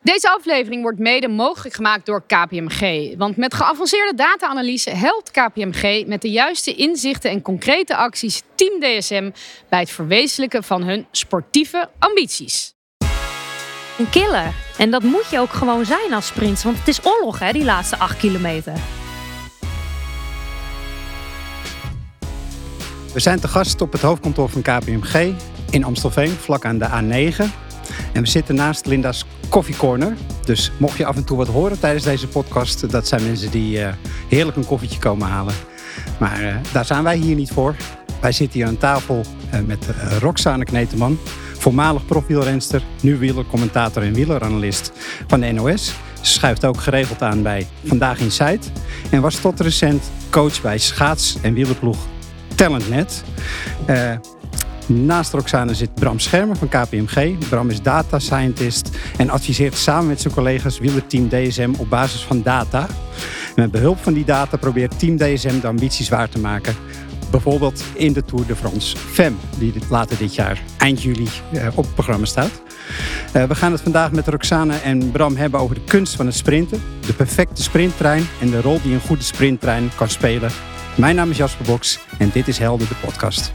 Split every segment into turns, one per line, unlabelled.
Deze aflevering wordt mede mogelijk gemaakt door KPMG. Want met geavanceerde data-analyse helpt KPMG met de juiste inzichten en concrete acties Team DSM bij het verwezenlijken van hun sportieve ambities.
Een killer. En dat moet je ook gewoon zijn als sprinter. Want het is oorlog, hè, die laatste 8 kilometer.
We zijn te gast op het hoofdkantoor van KPMG in Amstelveen, vlak aan de A9. En we zitten naast Linda's Coffee Corner. Dus mocht je af en toe wat horen tijdens deze podcast, dat zijn mensen die heerlijk een koffietje komen halen. Maar daar zijn wij hier niet voor. Wij zitten hier aan tafel met Roxane Kneteman, voormalig profwielrenster, nu wielercommentator en wieleranalist van de NOS. Ze schuift ook geregeld aan bij Vandaag Inside en was tot recent coach bij schaats- en wielerploeg Talentnet. Naast Roxane zit Bram Schermer van KPMG. Bram is data scientist en adviseert samen met zijn collega's wielerteam DSM op basis van data. Met behulp van die data probeert Team DSM de ambities waar te maken. Bijvoorbeeld in de Tour de France Femme, die later dit jaar, eind juli, op het programma staat. We gaan het vandaag met Roxane en Bram hebben over de kunst van het sprinten, de perfecte sprinttrein en de rol die een goede sprinttrein kan spelen. Mijn naam is Jasper Boks en dit is Helden, de podcast.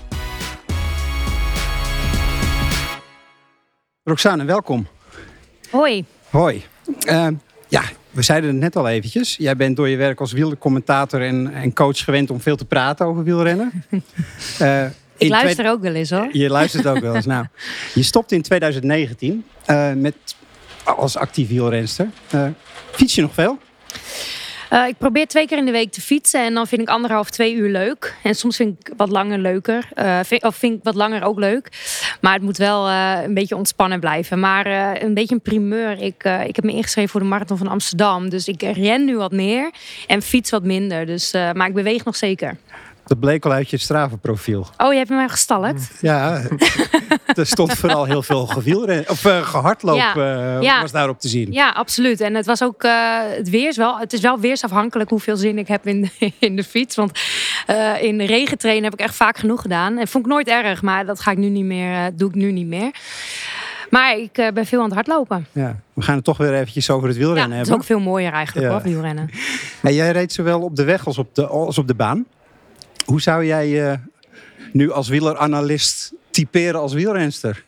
Roxane, welkom.
Hoi.
Hoi. We zeiden het net al eventjes. Jij bent door je werk als wielercommentator en coach gewend om veel te praten over wielrennen.
Ik luister ook wel eens, hoor.
Je luistert ook wel eens. Nou, je stopte in 2019 als actief wielrenster. Fiets je nog veel?
Ik probeer 2 keer in de week te fietsen en dan vind ik 1,5-2 uur leuk. En soms vind ik wat langer leuker. Vind ik wat langer ook leuk. Maar het moet wel een beetje ontspannen blijven. Maar een beetje een primeur. Ik heb me ingeschreven voor de Marathon van Amsterdam. Dus ik ren nu wat meer en fiets wat minder. Dus, maar ik beweeg nog zeker.
Dat bleek al uit je Strava-profiel.
Oh, je hebt mij gestalkt?
Ja, er stond vooral heel veel gehardloop was daarop te zien.
Ja, absoluut. En het was ook het is wel weersafhankelijk hoeveel zin ik heb in de fiets. Want in de regentrainen heb ik echt vaak genoeg gedaan. En vond ik nooit erg, maar dat ga ik nu niet meer, doe ik nu niet meer. Maar ik ben veel aan het hardlopen. Ja,
we gaan het toch weer eventjes over het wielrennen hebben.
Het is ook veel mooier eigenlijk, hoor, wielrennen.
Ja, jij reed zowel op de weg als op de baan. Hoe zou jij nu als wieleranalist typeren als wielrenster?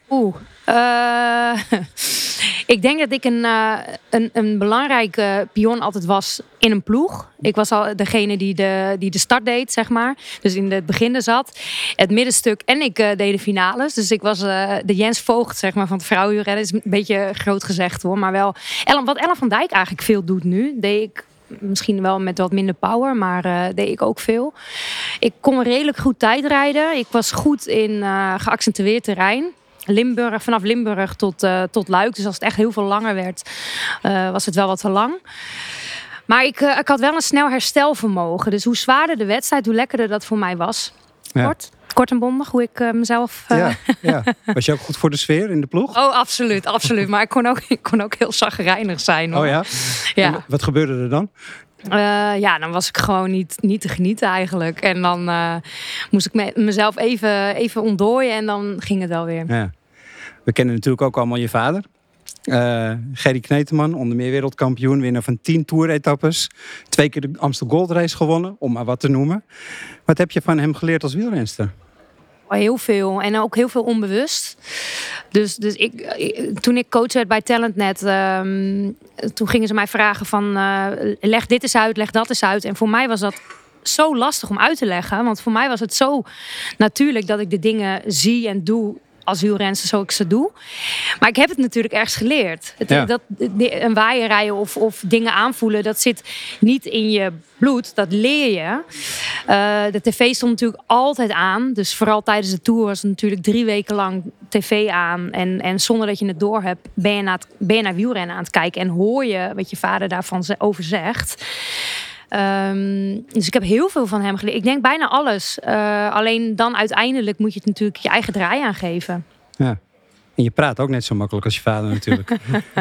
Ik denk dat ik een belangrijke pion altijd was in een ploeg. Ik was al degene die de start deed, zeg maar. Dus in het begin zat. Het middenstuk en ik deed de finales. Dus ik was de Jens Voogd, zeg maar, van het vrouwenwielrennen. Dat is een beetje groot gezegd, hoor. Maar wel wat Ellen van Dijk eigenlijk veel doet nu, deed ik misschien wel met wat minder power, maar deed ik ook veel. Ik kon redelijk goed tijdrijden. Ik was goed in geaccentueerd terrein. Vanaf Limburg tot Luik. Dus als het echt heel veel langer werd, was het wel wat te lang. Maar ik had wel een snel herstelvermogen. Dus hoe zwaarder de wedstrijd, hoe lekkerder dat voor mij was.
Ja.
Kort en bondig, hoe ik mezelf...
Ja. Was je ook goed voor de sfeer in de ploeg?
Oh, absoluut. Maar ik kon ook heel chagrijnig zijn, hoor.
Oh ja?
Ja.
En wat gebeurde er dan?
Dan was ik gewoon niet te genieten eigenlijk. En dan moest ik mezelf even ontdooien en dan ging het wel weer.
Ja. We kennen natuurlijk ook allemaal je vader. Gerry Kneteman, onder meer wereldkampioen, winnaar van 10 toeretappes. 2 keer de Amstel Gold Race gewonnen, om maar wat te noemen. Wat heb je van hem geleerd als wielrenster?
Heel veel. En ook heel veel onbewust. Dus toen ik coach werd bij Talentnet, toen gingen ze mij vragen van leg dit eens uit, leg dat eens uit. En voor mij was dat zo lastig om uit te leggen. Want voor mij was het zo natuurlijk dat ik de dingen zie en doe als wielrenster zoals ik ze doe. Maar ik heb het natuurlijk ergens geleerd. Een waaier rijden of dingen aanvoelen, dat zit niet in je bloed. Dat leer je. De tv stond natuurlijk altijd aan. Dus vooral tijdens de Tour was het natuurlijk 3 weken lang tv aan. En zonder dat je het door hebt, ben je naar wielrennen aan het kijken. En hoor je wat je vader daarvan over zegt. Dus ik heb heel veel van hem geleerd. Ik denk bijna alles. Alleen dan uiteindelijk moet je het natuurlijk je eigen draai aangeven.
Ja. En je praat ook net zo makkelijk als je vader natuurlijk.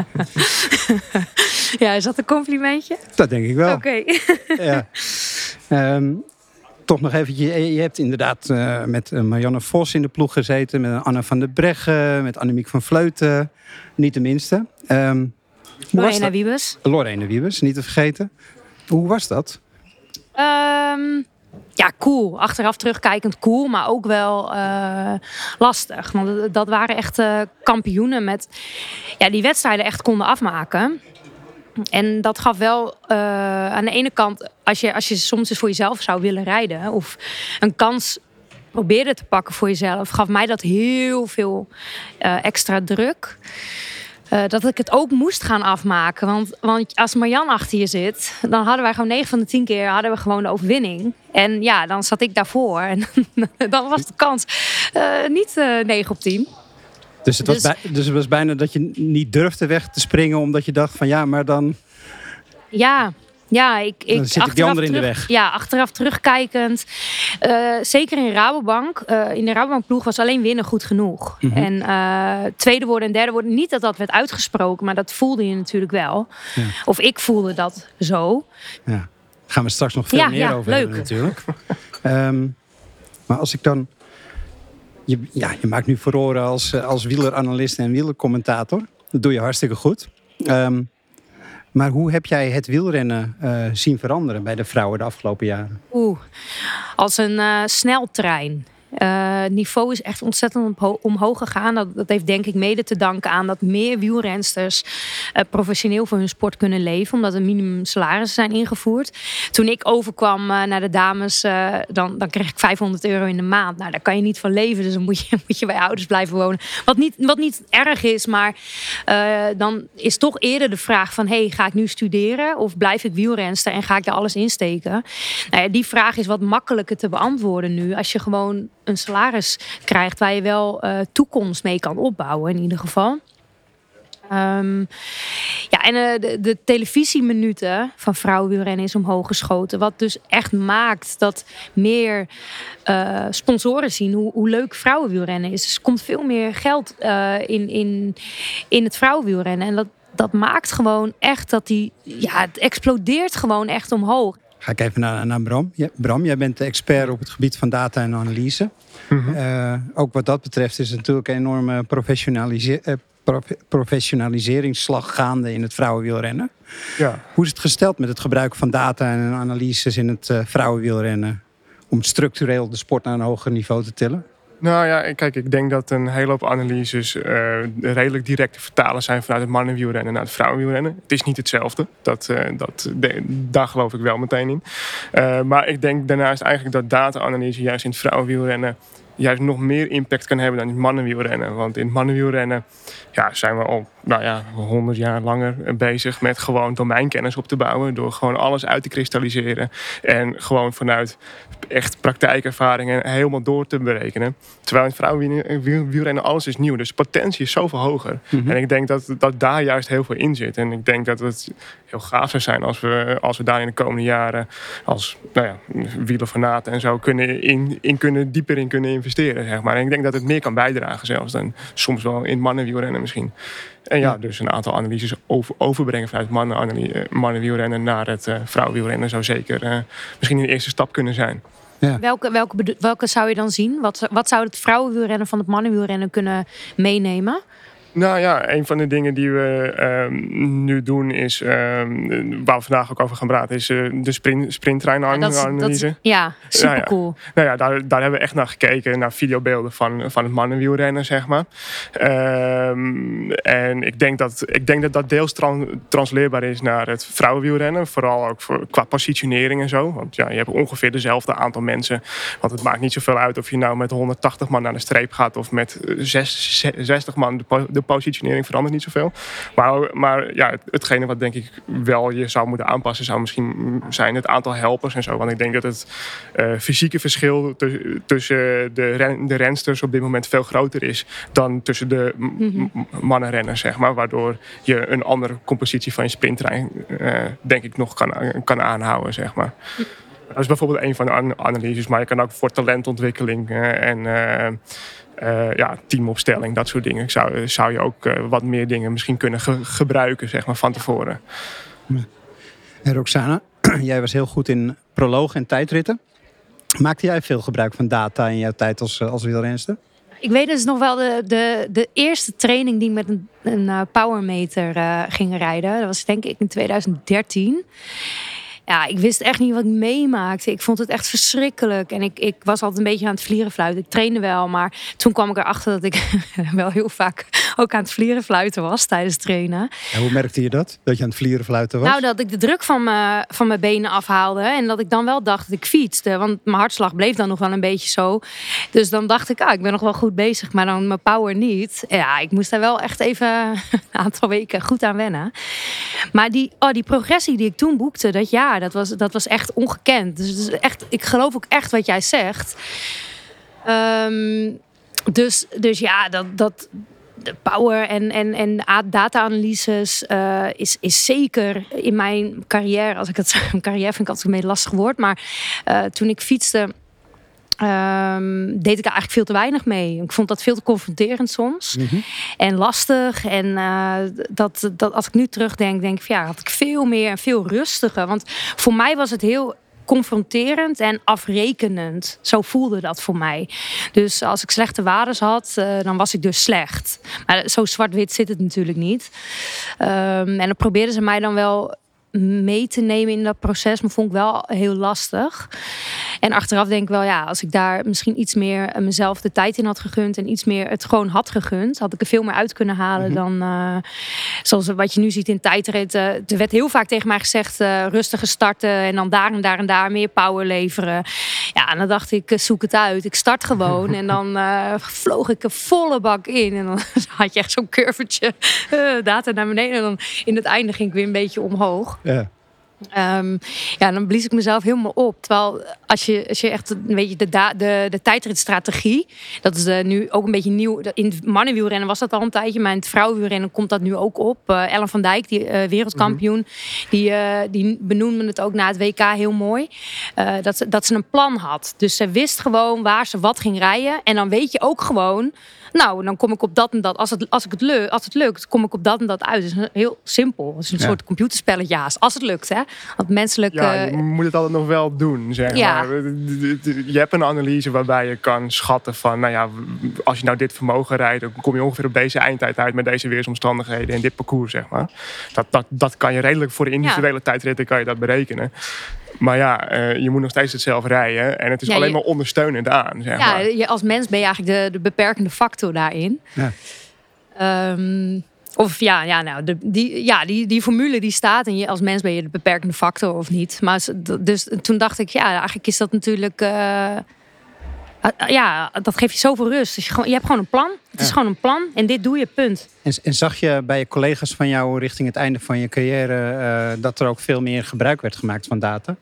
Ja, is dat een complimentje?
Dat denk ik wel.
Oké.
Ja. Toch nog even, je hebt inderdaad met Marianne Vos in de ploeg gezeten. Met Anna van der Breggen, met Annemiek van Vleuten. Niet de minste.
Lorena Wiebes.
Lorena Wiebes, niet te vergeten. Hoe was dat?
Ja, cool. Achteraf terugkijkend cool, maar ook wel lastig. Want dat waren echt kampioenen die wedstrijden echt konden afmaken. En dat gaf wel aan de ene kant, als je soms eens voor jezelf zou willen rijden of een kans probeerde te pakken voor jezelf, gaf mij dat heel veel extra druk. Dat ik het ook moest gaan afmaken. Want als Marjan achter je zit, dan hadden wij gewoon 9 van de 10 keer hadden we gewoon de overwinning. En ja, dan zat ik daarvoor. En dan was de kans niet 9 op 10.
Dus het was bijna dat je niet durfde weg te springen, omdat je dacht van ja, maar dan...
Ja,
dan zit ik die ander in de weg.
Ja, achteraf terugkijkend. Zeker in Rabobank. In de Rabobank ploeg was alleen winnen goed genoeg. Mm-hmm. En tweede worden en derde worden. Niet dat werd uitgesproken, maar dat voelde je natuurlijk wel. Ja. Of ik voelde dat zo.
Ja. Daar gaan we straks nog veel meer over hebben natuurlijk. Maar als ik dan... Je maakt nu furoren als wieleranalist en wielercommentator. Dat doe je hartstikke goed. Maar hoe heb jij het wielrennen zien veranderen bij de vrouwen de afgelopen jaren?
Als een sneltrein. Het niveau is echt ontzettend omhoog gegaan. Dat heeft denk ik mede te danken aan dat meer wielrensters professioneel voor hun sport kunnen leven. Omdat er minimumsalarissen zijn ingevoerd. Toen ik overkwam naar de dames, dan kreeg ik €500 in de maand. Nou, daar kan je niet van leven. Dus dan moet je bij ouders blijven wonen. Wat niet erg is, maar dan is toch eerder de vraag van... ga ik nu studeren of blijf ik wielrenster en ga ik er alles insteken? Nou ja, die vraag is wat makkelijker te beantwoorden nu. Als je gewoon een salaris krijgt waar je wel toekomst mee kan opbouwen in ieder geval. De televisieminuten van vrouwenwielrennen is omhoog geschoten. Wat dus echt maakt dat meer sponsoren zien hoe leuk vrouwenwielrennen is. Dus er komt veel meer geld in het vrouwenwielrennen. En dat maakt gewoon echt dat het explodeert gewoon echt omhoog.
Ga ik even naar Bram. Ja, Bram, jij bent de expert op het gebied van data en analyse. Mm-hmm. Ook wat dat betreft is natuurlijk een enorme professionaliseringsslag gaande in het vrouwenwielrennen. Ja. Hoe is het gesteld met het gebruik van data en analyses in het vrouwenwielrennen om structureel de sport naar een hoger niveau te tillen?
Nou ja, kijk, ik denk dat een hele hoop analyses redelijk direct te vertalen zijn vanuit het mannenwielrennen naar het vrouwenwielrennen. Het is niet hetzelfde. Daar geloof ik wel meteen in. Maar ik denk daarnaast eigenlijk dat data-analyse juist in het vrouwenwielrennen juist nog meer impact kan hebben dan in het mannenwielrennen. Want in het mannenwielrennen zijn we al 100 jaar langer bezig met gewoon domeinkennis op te bouwen. Door gewoon alles uit te kristalliseren. En gewoon vanuit echt praktijkervaringen helemaal door te berekenen. Terwijl in het vrouwenwielrennen alles is nieuw. Dus de potentie is zoveel hoger. Mm-hmm. En ik denk dat daar juist heel veel in zit. En ik denk dat het heel gaaf zou zijn als we daar in de komende jaren als wielerfanaten en zo dieper in kunnen investeren. Zeg maar. En ik denk dat het meer kan bijdragen zelfs dan soms wel in het mannenwielrennen misschien. En dus een aantal analyses overbrengen vanuit mannenwielrennen naar het vrouwenwielrennen zou zeker misschien een eerste stap kunnen zijn.
Ja. Welke zou je dan zien? Wat zou het vrouwenwielrennen van het mannenwielrennen kunnen meenemen?
Nou ja, een van de dingen die we nu doen is, waar we vandaag ook over gaan praten, is de sprinttrein-analyse.
Ja, supercool.
Daar hebben we echt naar gekeken, naar videobeelden van het mannenwielrennen, zeg maar. En ik denk dat deels transleerbaar is naar het vrouwenwielrennen. Vooral ook qua positionering en zo. Want je hebt ongeveer dezelfde aantal mensen. Want het maakt niet zoveel uit of je nou met 180 man naar de streep gaat of met 60 man. De positionering verandert niet zoveel. Maar hetgene wat denk ik wel je zou moeten aanpassen zou misschien zijn het aantal helpers en zo. Want ik denk dat het fysieke verschil tussen de rensters op dit moment veel groter is dan tussen de mannenrenners, zeg maar. Waardoor je een andere compositie van je sprinttrein denk ik nog kan aanhouden, zeg maar. Dat is bijvoorbeeld een van de analyses, maar je kan ook voor talentontwikkeling en teamopstelling, dat soort dingen. Zou je ook wat meer dingen misschien kunnen gebruiken, zeg maar, van tevoren.
En Roxana, jij was heel goed in prologen en tijdritten. Maakte jij veel gebruik van data in jouw tijd als wielrenster?
Ik weet dus nog wel de eerste training die ik met een powermeter ging rijden. Dat was denk ik in 2013. Ja, ik wist echt niet wat ik meemaakte. Ik vond het echt verschrikkelijk. En ik was altijd een beetje aan het vlierenfluiten. Ik trainde wel, maar toen kwam ik erachter dat ik wel heel vaak ook aan het vlierenfluiten was tijdens trainen.
En hoe merkte je dat? Dat je aan het vlierenfluiten was?
Nou, dat ik de druk van mijn benen afhaalde. En dat ik dan wel dacht dat ik fietste. Want mijn hartslag bleef dan nog wel een beetje zo. Dus dan dacht ik, ik ben nog wel goed bezig. Maar dan mijn power niet. Ja, ik moest daar wel echt even een aantal weken goed aan wennen. Maar die progressie die ik toen boekte, dat was echt ongekend. Dus echt, ik geloof ook echt wat jij zegt. Dus ja, dat de power en data-analyses is zeker in mijn carrière. Als ik het zeg, carrière vind ik altijd een beetje lastig woord. Maar toen ik fietste, deed ik er eigenlijk veel te weinig mee. Ik vond dat veel te confronterend soms. Mm-hmm. En lastig. En dat als ik nu terugdenk, denk ik had ik veel meer en veel rustiger. Want voor mij was het heel confronterend en afrekenend. Zo voelde dat voor mij. Dus als ik slechte waardes had, dan was ik dus slecht. Maar zo zwart-wit zit het natuurlijk niet. En dan probeerden ze mij dan wel mee te nemen in dat proces, maar vond ik wel heel lastig. En achteraf denk ik wel, als ik daar misschien iets meer mezelf de tijd in had gegund en iets meer het gewoon had gegund, had ik er veel meer uit kunnen halen dan zoals wat je nu ziet in tijdrit. Er werd heel vaak tegen mij gezegd, rustiger starten en dan daar en daar en daar meer power leveren. Ja, en dan dacht ik, zoek het uit. Ik start gewoon en dan vloog ik er volle bak in en dan had je echt zo'n curvetje data naar beneden en dan in het einde ging ik weer een beetje omhoog.
Ja.
Dan blies ik mezelf helemaal op. Terwijl als je echt, weet je, de tijdritstrategie, dat is nu ook een beetje nieuw. In het mannenwielrennen was dat al een tijdje, maar in het vrouwenwielrennen komt dat nu ook op. Ellen van Dijk, die wereldkampioen, die benoemde het ook na het WK heel mooi. Dat ze een plan had. Dus ze wist gewoon waar ze wat ging rijden. En dan weet je ook gewoon, nou, dan kom ik op dat en dat. Als het lukt, kom ik op dat en dat uit. Het is heel simpel. Het is een soort computerspelletje haast. Als het lukt, hè. Want menselijk...
Ja, je moet het altijd nog wel doen, zeg maar. Je hebt een analyse waarbij je kan schatten van, als je nou dit vermogen rijdt, dan kom je ongeveer op deze eindtijd uit met deze weersomstandigheden en dit parcours, zeg maar. Dat kan je redelijk voor de individuele tijdritten kan je dat berekenen. Maar je moet nog steeds het zelf rijden. En het is alleen maar ondersteunend aan, zeg maar.
Ja, als mens ben je eigenlijk de beperkende factor daarin. Ja. Die formule die staat. En als mens ben je de beperkende factor of niet. Maar dus toen dacht ik, eigenlijk is dat natuurlijk... dat geeft je zoveel rust. Dus je hebt gewoon een plan. Het is gewoon een plan. En dit doe je, punt.
En zag je bij je collega's van jou richting het einde van je carrière dat er ook veel meer gebruik werd gemaakt van data?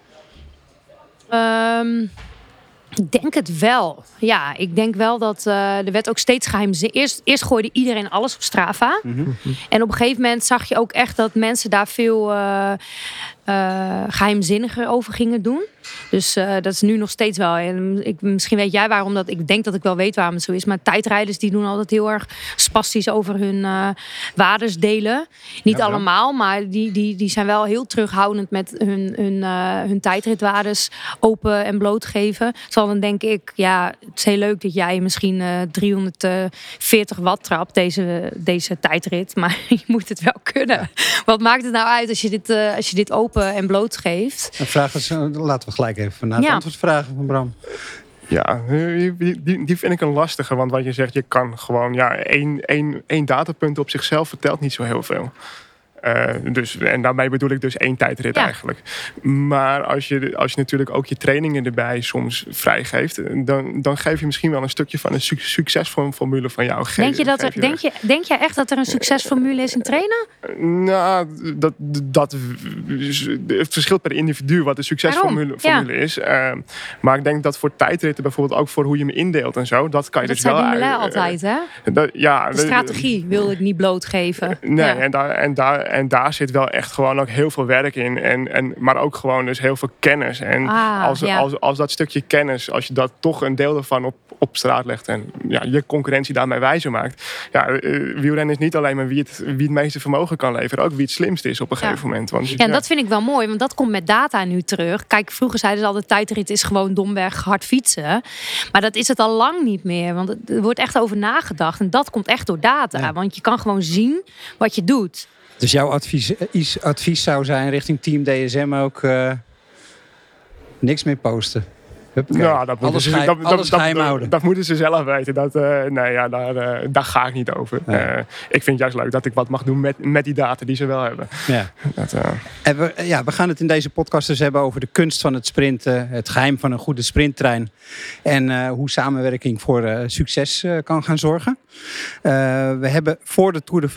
Ik denk het wel. Ja, ik denk wel dat er werd ook steeds geheimzinnig. Eerst gooide iedereen alles op Strava. Mm-hmm. En op een gegeven moment zag je ook echt dat mensen daar veel geheimzinniger over gingen doen. Dus dat is nu nog steeds wel. En misschien weet jij waarom dat. Ik denk dat ik wel weet waarom het zo is. Maar tijdrijders die doen altijd heel erg spastisch over hun waardes delen. Niet allemaal, maar die zijn wel heel terughoudend met hun tijdritwaardes open en blootgeven. Zal dan denk ik, het is heel leuk dat jij misschien 340 watt trapt deze tijdrit. Maar je moet het wel kunnen. Ja. Wat maakt het nou uit als je dit open en bloot geeft?
Laten we gelijk even naar het antwoord vragen van Bram.
Ja, die vind ik een lastige. Want wat je zegt, je kan gewoon... één datapunt op zichzelf vertelt niet zo heel veel. En daarmee bedoel ik dus één tijdrit eigenlijk. Maar als je natuurlijk ook je trainingen erbij soms vrijgeeft, dan geef je misschien wel een stukje van een succesformule van jou.
Denk jij echt dat er een succesformule is in trainen?
Nou, het verschilt per individu wat de succesformule is. Maar ik denk dat voor tijdritten bijvoorbeeld ook voor hoe je hem indeelt en zo, dat kan je dus wel...
Dat zei altijd, hè? De strategie wil ik niet blootgeven.
Nee, en daar zit wel echt gewoon ook heel veel werk in. Maar ook gewoon dus heel veel kennis. En als dat stukje kennis, als je dat toch een deel ervan op straat legt en je concurrentie daarmee wijzer maakt. Ja, wielrennen is niet alleen maar wie het meeste vermogen kan leveren, ook wie het slimst is op een gegeven moment. Want,
en dat vind ik wel mooi, want dat komt met data nu terug. Kijk, vroeger zeiden ze al, de tijdrit is gewoon domweg hard fietsen. Maar dat is het al lang niet meer, want er wordt echt over nagedacht. En dat komt echt door data, want je kan gewoon zien wat je doet.
Dus jouw advies zou zijn richting Team DSM ook niks meer posten?
Nou,
alles geheim houden.
Dat moeten ze zelf weten. Daar ga ik niet over. Ja. Ik vind het juist leuk dat ik wat mag doen met die data die ze wel hebben.
Ja. En we gaan het in deze podcast dus hebben over de kunst van het sprinten. Het geheim van een goede sprinttrein. En hoe samenwerking voor succes kan gaan zorgen. We hebben voor de Tour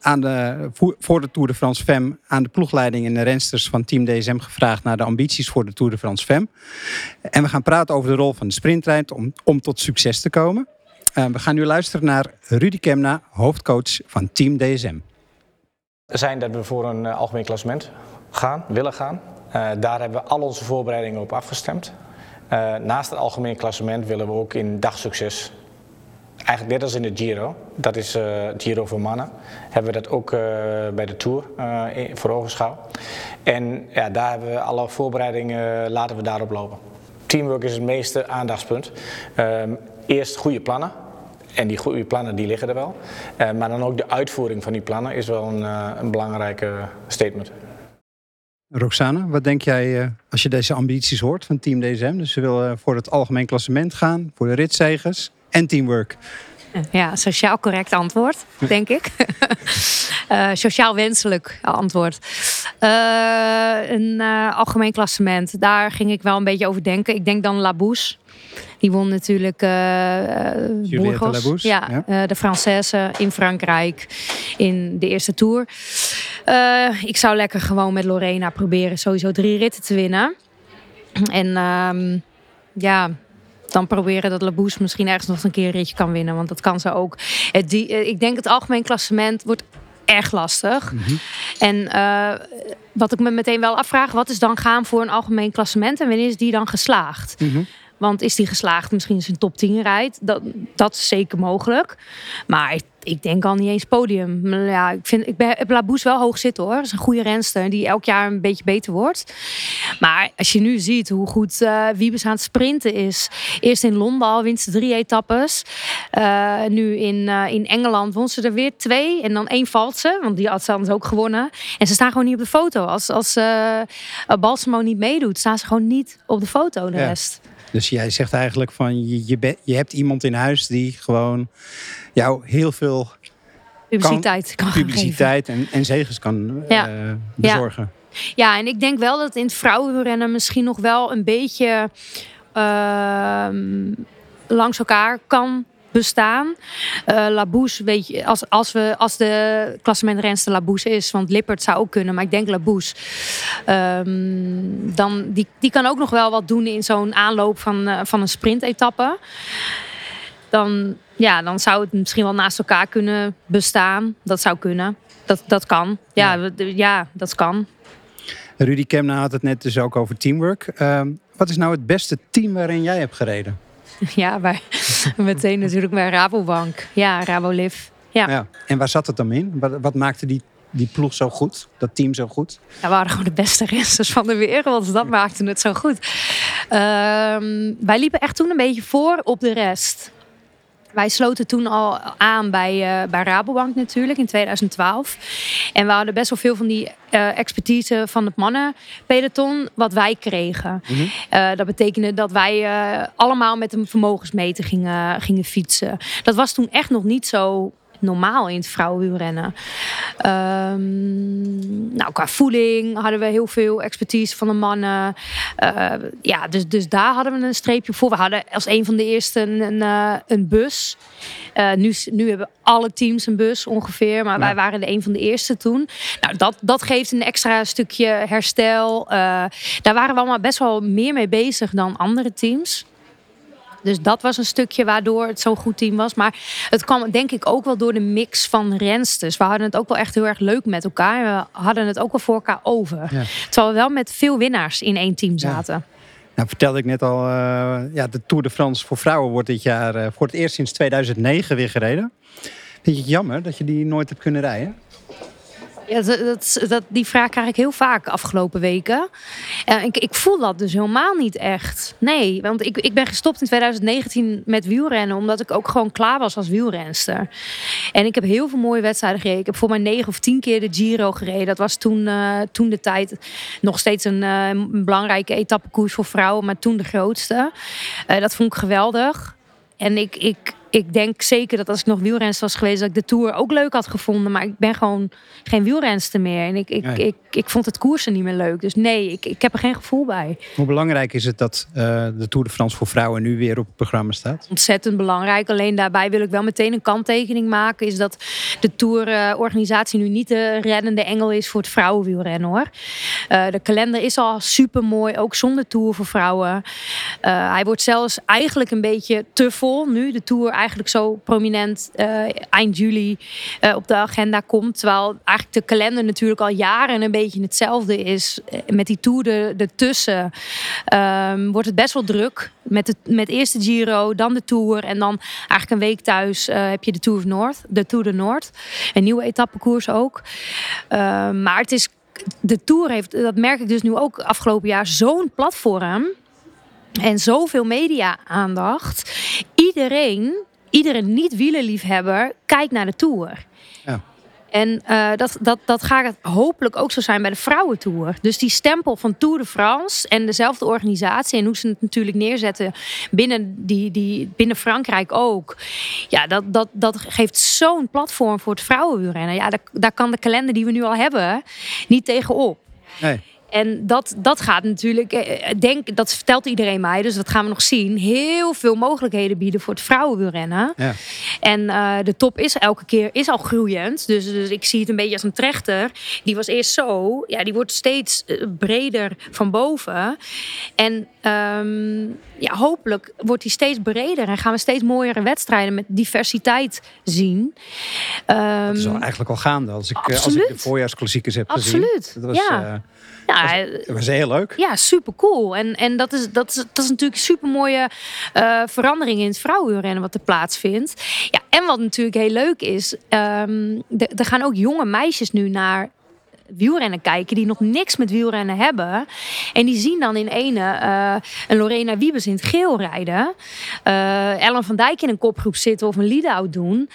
de France Femme aan de ploegleiding en de rensters van Team DSM gevraagd naar de ambities voor de Tour de France Femme. En we gaan praten over de rol van de sprinttrein om tot succes te komen. We gaan nu luisteren naar Rudy Kemna, hoofdcoach van Team DSM.
Zijn dat we voor een algemeen klassement willen gaan. Daar hebben we al onze voorbereidingen op afgestemd. Naast het algemeen klassement willen we ook in dagsucces, eigenlijk net als in de Giro, dat is Giro voor mannen, hebben we dat ook bij de Tour voor ogenschouw. En daar hebben we alle voorbereidingen, laten we daarop lopen. Teamwork is het meeste aandachtspunt. Eerst goede plannen. En die goede plannen die liggen er wel. Maar dan ook de uitvoering van die plannen is wel een belangrijke statement.
Roxane, wat denk jij als je deze ambities hoort van Team DSM? Dus ze willen voor het algemeen klassement gaan, voor de ritzegers en teamwork.
Ja, sociaal correct antwoord, denk ik. Sociaal wenselijk antwoord. Een algemeen klassement, daar ging ik wel een beetje over denken. Ik denk dan Labousse. Die won natuurlijk Burgos, de Française in Frankrijk in de eerste Tour. Ik zou lekker gewoon met Lorena proberen sowieso 3 ritten te winnen. En dan proberen dat Labousse misschien ergens nog een keer een ritje kan winnen. Want dat kan ze ook. Ik denk het algemeen klassement wordt erg lastig. Mm-hmm. En wat ik me meteen wel afvraag, wat is dan gaan voor een algemeen klassement en wanneer is die dan geslaagd? Mm-hmm. Want is die geslaagd misschien in zijn top 10 rijdt? Dat is zeker mogelijk. Maar ik denk al niet eens podium. Ja, ik heb Labousse wel hoog zitten hoor. Dat is een goede renster die elk jaar een beetje beter wordt. Maar als je nu ziet hoe goed Wiebes aan het sprinten is. Eerst in Londen al wint ze 3 etappes. Nu in Engeland won ze er weer 2. En dan 1 valt ze. Want die had ze anders ook gewonnen. En ze staan gewoon niet op de foto. Als Balsamo niet meedoet, staan ze gewoon niet op de foto de rest.
Dus jij zegt eigenlijk van je hebt iemand in huis die gewoon jou heel veel publiciteit en zegens kan bezorgen.
Ja, en ik denk wel dat in het vrouwenrennen misschien nog wel een beetje langs elkaar kan bestaan. Labousse, weet je, als de klassementrenster Labousse is, want Lippert zou ook kunnen, maar ik denk Labousse. Dan die kan ook nog wel wat doen in zo'n aanloop van een sprintetappe. Dan zou het misschien wel naast elkaar kunnen bestaan. Dat zou kunnen. Dat kan. Ja, dat kan.
Rudy Kemna had het net dus ook over teamwork. Wat is nou het beste team waarin jij hebt gereden?
Ja, meteen natuurlijk bij Rabobank. Ja, Raboliv. Ja.
En waar zat het dan in? Wat maakte die ploeg zo goed? Dat team zo goed?
Ja, we waren gewoon de beste rensters van de wereld. Dus dat maakte het zo goed. Wij liepen echt toen een beetje voor op de rest. Wij sloten toen al aan bij Rabobank natuurlijk in 2012. En we hadden best wel veel van die expertise van het mannenpeloton wat wij kregen. Mm-hmm. Dat betekende dat wij allemaal met een vermogensmeter gingen fietsen. Dat was toen echt nog niet zo normaal in het vrouwenwielrennen. Qua voeding hadden we heel veel expertise van de mannen. Dus daar hadden we een streepje voor. We hadden als een van de eerste een bus. Nu hebben alle teams een bus ongeveer. Maar wij waren een van de eerste toen. Nou, dat geeft een extra stukje herstel. Daar waren we allemaal best wel meer mee bezig dan andere teams. Dus dat was een stukje waardoor het zo'n goed team was. Maar het kwam denk ik ook wel door de mix van rensters. We hadden het ook wel echt heel erg leuk met elkaar. We hadden het ook wel voor elkaar over. Ja. Terwijl we wel met veel winnaars in één team zaten.
Nou, vertelde ik net al, de Tour de France voor vrouwen wordt dit jaar voor het eerst sinds 2009 weer gereden. Vind je het jammer dat je die nooit hebt kunnen rijden?
Ja, die vraag krijg ik heel vaak afgelopen weken. Ik voel dat dus helemaal niet echt. Nee, want ik ben gestopt in 2019 met wielrennen. Omdat ik ook gewoon klaar was als wielrenster. En ik heb heel veel mooie wedstrijden gereden. Ik heb voor mij 9 of 10 keer de Giro gereden. Dat was toen de tijd nog steeds een belangrijke etappekoers voor vrouwen. Maar toen de grootste. Dat vond ik geweldig. En ik denk zeker dat als ik nog wielrenster was geweest, dat ik de Tour ook leuk had gevonden. Maar ik ben gewoon geen wielrenster meer. En ik vond het koersen niet meer leuk. Dus nee, ik heb er geen gevoel bij.
Hoe belangrijk is het dat de Tour de France voor vrouwen nu weer op het programma staat?
Ontzettend belangrijk. Alleen daarbij wil ik wel meteen een kanttekening maken. Is dat de Tour-organisatie nu niet de reddende engel is voor het vrouwenwielrennen, hoor. De kalender is al super mooi. Ook zonder Tour voor vrouwen. Hij wordt zelfs eigenlijk een beetje te vol nu. De Tour eigenlijk zo prominent eind juli op de agenda komt. Terwijl eigenlijk de kalender natuurlijk al jaren een beetje hetzelfde is. Met die Tour ertussen wordt het best wel druk. Met eerst de Giro, dan de Tour. En dan eigenlijk een week thuis heb je de Tour de Noord. Een nieuwe etappekoers ook. Maar het is, de Tour heeft, dat merk ik dus nu ook afgelopen jaar, zo'n platform. En zoveel media-aandacht. Iedere niet-wielerliefhebber kijkt naar de Tour. Ja. En dat gaat hopelijk ook zo zijn bij de vrouwentour. Dus die stempel van Tour de France en dezelfde organisatie en hoe ze het natuurlijk neerzetten binnen Frankrijk ook. Ja, dat geeft zo'n platform voor het vrouwenwielrennen. Ja, daar kan de kalender die we nu al hebben niet tegenop. Nee. En dat gaat natuurlijk, dat vertelt iedereen mij, dus dat gaan we nog zien. Heel veel mogelijkheden bieden voor het vrouwenwielrennen. Ja. En de top is elke keer al groeiend. Dus ik zie het een beetje als een trechter. Die was eerst zo, ja, die wordt steeds breder van boven. En hopelijk wordt die steeds breder en gaan we steeds mooiere wedstrijden met diversiteit zien.
Dat is eigenlijk al gaande als ik de voorjaarsklassiekers heb gezien.
Absoluut,
dat was, dat was heel leuk.
Ja, super cool. En dat is natuurlijk een super mooie verandering in het vrouwenwielrennen wat er plaatsvindt. Ja, en wat natuurlijk heel leuk is, er gaan ook jonge meisjes nu naar wielrennen kijken die nog niks met wielrennen hebben. En die zien dan in een Lorena Wiebes in het geel rijden. Ellen van Dijk in een kopgroep zitten of een lead-out doen.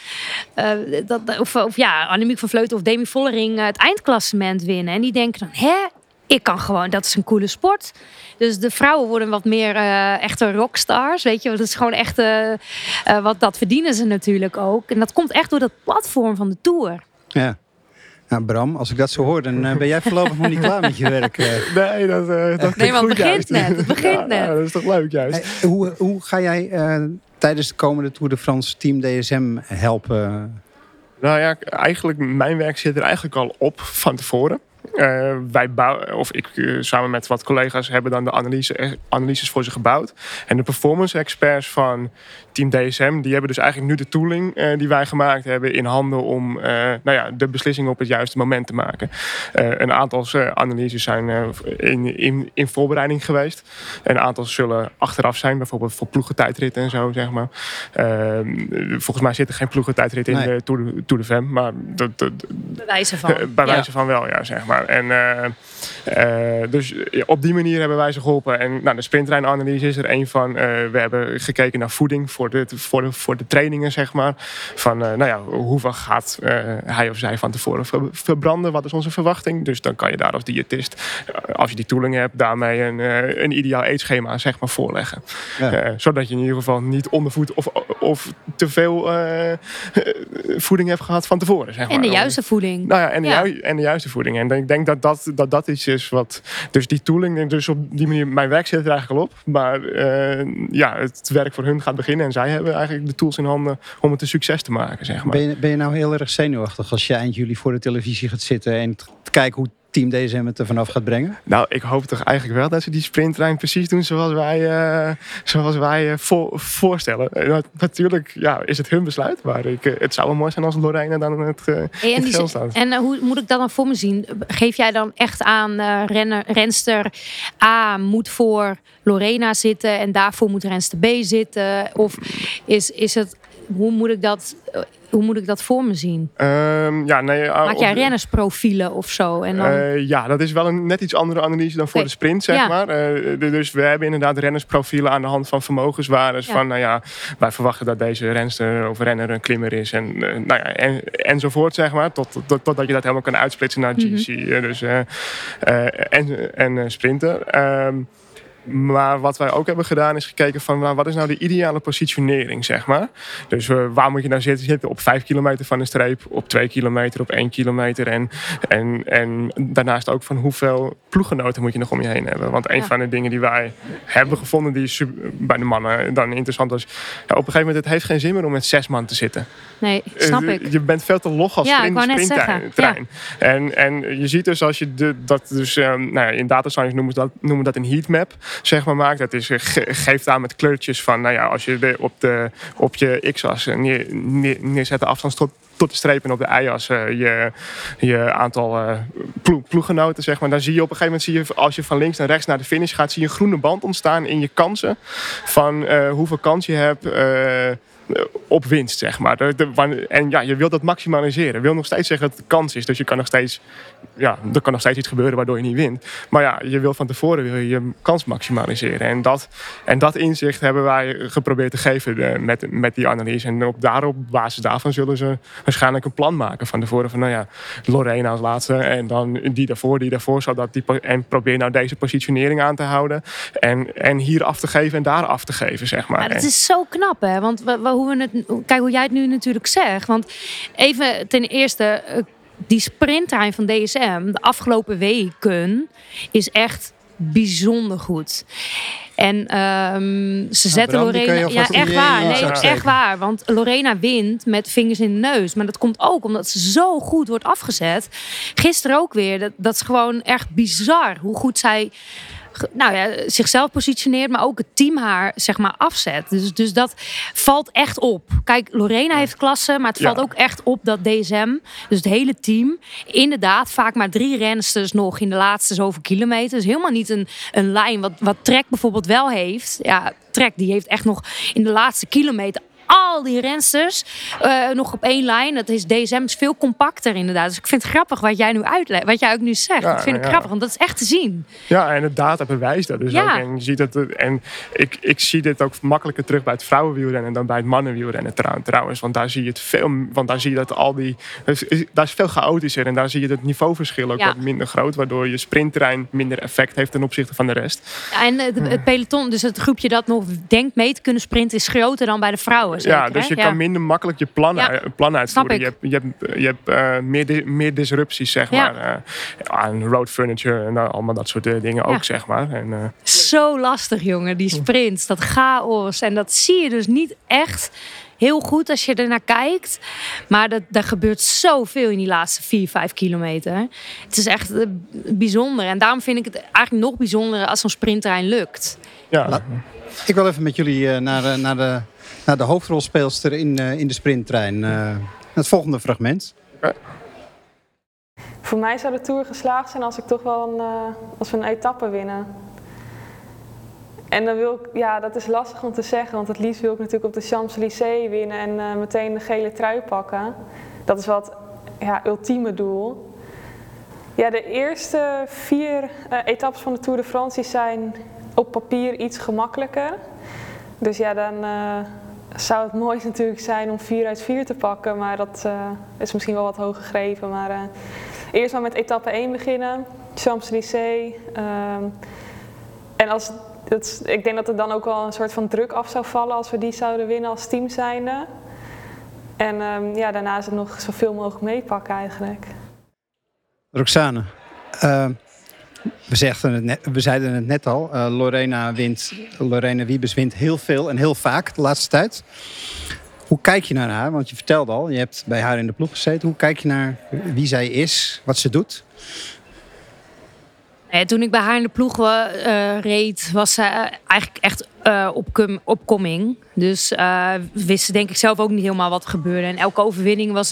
Annemiek van Vleuten of Demi Vollering het eindklassement winnen. En die denken dan, ik kan gewoon, dat is een coole sport. Dus de vrouwen worden wat meer echte rockstars, weet je. Dat is gewoon echt, dat verdienen ze natuurlijk ook. En dat komt echt door dat platform van de Tour.
Ja. Nou Bram, als ik dat zo hoor, dan ben jij voorlopig nog niet klaar met je werk.
Nee, dat
want het begint net. Het begint net.
Ja, dat is toch leuk juist.
Hoe ga jij tijdens de komende Tour de France Team DSM helpen? Nou
ja, eigenlijk, mijn werk zit er eigenlijk al op van tevoren. Ik samen met wat collega's hebben dan de analyses voor ze gebouwd. En de performance experts van Team DSM, die hebben dus eigenlijk nu de tooling die wij gemaakt hebben in handen om de beslissingen op het juiste moment te maken. Een aantal analyses zijn in voorbereiding geweest. Een aantal zullen achteraf zijn, bijvoorbeeld voor ploegentijdritten en zo, zeg maar. Volgens mij zit er geen ploegentijdrit in de Tour de Femme, maar
bij wijze van.
Bij wijze van wel, ja, zeg maar. En dus op die manier hebben wij ze geholpen. En de sprinttrein-analyse is er een van. We hebben gekeken naar voeding voor de trainingen, zeg maar. Van hoeveel gaat hij of zij van tevoren verbranden? Wat is onze verwachting? Dus dan kan je daar als diëtist, als je die tooling hebt, daarmee een ideaal eetschema, zeg maar, voorleggen. Ja. Zodat je in ieder geval niet ondervoed of te veel voeding hebt gehad van tevoren, zeg maar.
En de juiste voeding.
En de juiste voeding. En ik denk dat iets is wat. Dus die tooling, dus op die manier, mijn werk zit er eigenlijk al op. Maar het werk voor hun gaat beginnen. En zij hebben eigenlijk de tools in handen om het een succes te maken, zeg maar.
Ben je nou heel erg zenuwachtig als je eind juli voor de televisie gaat zitten en te kijken hoe Team DSM het er vanaf gaat brengen?
Nou, ik hoop toch eigenlijk wel dat ze die sprinttrein precies doen zoals wij voorstellen. Natuurlijk is het hun besluit, maar het zou wel mooi zijn als Lorena dan het geel staat.
En hoe moet ik dat dan voor me zien? Geef jij dan echt aan renster A moet voor Lorena zitten en daarvoor moet renster B zitten? Of is het, hoe moet ik dat voor me zien? Maak jij rennersprofielen of zo? En dan...
dat is wel een net iets andere analyse dan voor de sprint, zeg maar. Dus we hebben inderdaad rennersprofielen aan de hand van vermogenswaardes. Van, wij verwachten dat deze renster of renner een klimmer is. Enzovoort, zeg maar. Totdat je dat helemaal kan uitsplitsen naar GC en sprinter. Maar wat wij ook hebben gedaan is gekeken van wat is nou de ideale positionering, zeg maar. Dus waar moet je nou zitten? Op 5 kilometer van de streep, op 2 kilometer, op 1 kilometer. En daarnaast ook van hoeveel ploeggenoten moet je nog om je heen hebben. Want een van de dingen die wij hebben gevonden, die bij de mannen dan interessant was. Op een gegeven moment, het heeft geen zin meer om met 6 man te zitten.
Nee, snap ik.
Je bent veel te log als sprinttrein. En je ziet dus als je dat dus in data science noemen dat een heatmap, zeg maar, maakt. Dat is geeft aan met kleurtjes van als je op je x-as neerzet de afstand tot de streep en op de y-as je aantal ploeggenoten, zeg maar. Dan zie je op een gegeven moment, als je van links naar rechts naar de finish gaat, zie je een groene band ontstaan in je kansen van hoeveel kans je hebt op winst, zeg maar. En je wilt dat maximaliseren. Je wil nog steeds zeggen dat het kans is. Dus je kan nog steeds, er kan nog steeds iets gebeuren waardoor je niet wint. Maar je wil van tevoren je kans maximaliseren. En dat inzicht hebben wij geprobeerd te geven met die analyse. En op basis daarvan zullen ze waarschijnlijk een plan maken van tevoren. Van Lorena als laatste. En dan die daarvoor. Zodat en probeer nou deze positionering aan te houden. En hier af te geven en daar af te geven, zeg maar.
Ja, dat is zo knap, hè? Want kijk hoe jij het nu natuurlijk zegt. Want even ten eerste, die sprinttrein van DSM de afgelopen weken is echt bijzonder goed. En ze zetten Lorena... Ja, echt waar. Nee, echt waar. Want Lorena wint met vingers in de neus. Maar dat komt ook omdat ze zo goed wordt afgezet. Gisteren ook weer. Dat is gewoon echt bizar hoe goed zij zichzelf positioneert, maar ook het team haar, zeg maar, afzet. Dus dat valt echt op. Kijk, Lorena heeft klasse, maar het valt ook echt op dat DSM, dus het hele team, inderdaad vaak maar 3 rensters nog in de laatste zoveel kilometer. Dus helemaal niet een lijn wat Trek bijvoorbeeld wel heeft. Ja, Trek die heeft echt nog in de laatste kilometer al die rensters nog op 1 lijn. Dat is DSM is veel compacter inderdaad. Dus ik vind het grappig wat jij nu uitlegt. Wat jij ook nu zegt. Dat vind ik grappig, want dat is echt te zien.
Ja, en het data bewijst dat dus ook. En je ziet dat ik zie dit ook makkelijker terug bij het vrouwenwielrennen dan bij het mannenwielrennen trouwens. Want daar zie je het veel. Want daar zie je dat daar is veel chaotischer. En daar zie je het niveauverschil ook wat minder groot. Waardoor je sprintterrein minder effect heeft ten opzichte van de rest.
Ja, en het peloton, dus het groepje dat nog denkt mee te kunnen sprinten, is groter dan bij de vrouwen. Zeker,
dus je kan minder makkelijk je plan uitvoeren. Je hebt meer disrupties, zeg maar. Aan road furniture en allemaal dat soort dingen ook, zeg maar.
Zo lastig, jongen, die sprints. Dat chaos. En dat zie je dus niet echt heel goed als je ernaar kijkt. Maar er gebeurt zoveel in die laatste 4-5 kilometer. Het is echt bijzonder. En daarom vind ik het eigenlijk nog bijzonderer als zo'n sprinttrein lukt.
Ja. Ik wil even met jullie naar de hoofdrolspeelster in de sprinttrein. Het volgende fragment.
Voor mij zou de Tour geslaagd zijn als ik toch wel als we een etappe winnen. En dan wil ik, dat is lastig om te zeggen, want het liefst wil ik natuurlijk op de Champs-Élysées winnen en meteen de gele trui pakken. Dat is wel het ultieme doel. Ja, de eerste 4 etappes van de Tour de France zijn op papier iets gemakkelijker. Dus dan zou het mooi natuurlijk zijn om 4 uit 4 te pakken, maar dat is misschien wel wat hoog gegrepen. Maar eerst maar met etappe 1 beginnen, Champs-Élysées. Ik denk dat er dan ook wel een soort van druk af zou vallen als we die zouden winnen als team zijnde. En daarna is het nog zoveel mogelijk meepakken eigenlijk.
Roxane, we zeiden het net al. Lorena Wiebes wint heel veel en heel vaak de laatste tijd. Hoe kijk je naar haar? Want je vertelde al, je hebt bij haar in de ploeg gezeten. Hoe kijk je naar wie zij is, wat ze doet?
Toen ik bij haar in de ploeg reed, was ze eigenlijk echt opkoming. Dus wist ze denk ik zelf ook niet helemaal wat er gebeurde. En elke overwinning was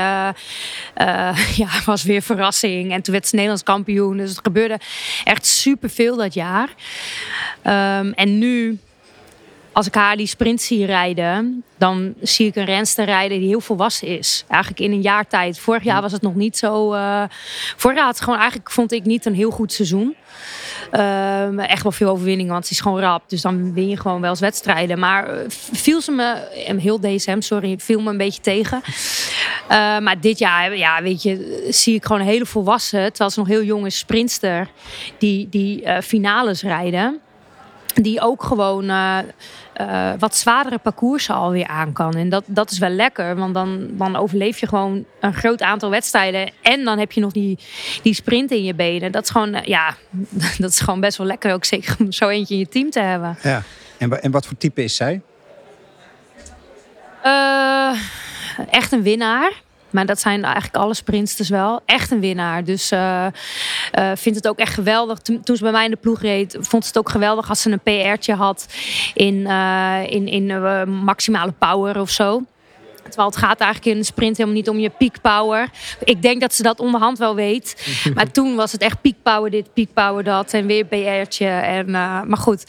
weer verrassing. En toen werd ze Nederlands kampioen. Dus het gebeurde echt superveel dat jaar. En nu, als ik haar die sprint zie rijden, dan zie ik een renster rijden die heel volwassen is. Eigenlijk in een jaar tijd. Vorig jaar was het nog niet zo. Vorig jaar had ze gewoon eigenlijk, vond ik, niet een heel goed seizoen. Echt wel veel overwinningen, want ze is gewoon rap. Dus dan win je gewoon wel eens wedstrijden. Maar viel ze me, heel DSM, viel me een beetje tegen. Maar dit jaar, ja, weet je, zie ik gewoon een hele volwassen, terwijl ze nog heel jong is, sprintster, die finales rijden. Die ook gewoon wat zwaardere parcoursen alweer aan kan. En dat is wel lekker. Want dan overleef je gewoon een groot aantal wedstrijden. En dan heb je nog die sprint in je benen. Dat is gewoon, dat is gewoon best wel lekker. Ook zeker om zo eentje in je team te hebben.
Ja. En wat voor type is zij?
Echt een winnaar. Maar dat zijn eigenlijk alle sprintsters wel. Echt een winnaar. Dus vindt het ook echt geweldig. Toen ze bij mij in de ploeg reed, vond ze het ook geweldig als ze een PR'tje had in maximale power of zo. Terwijl het gaat eigenlijk in de sprint helemaal niet om je peak power. Ik denk dat ze dat onderhand wel weet. Maar toen was het echt peak power dit, peak power dat. En weer PR'tje. Maar goed.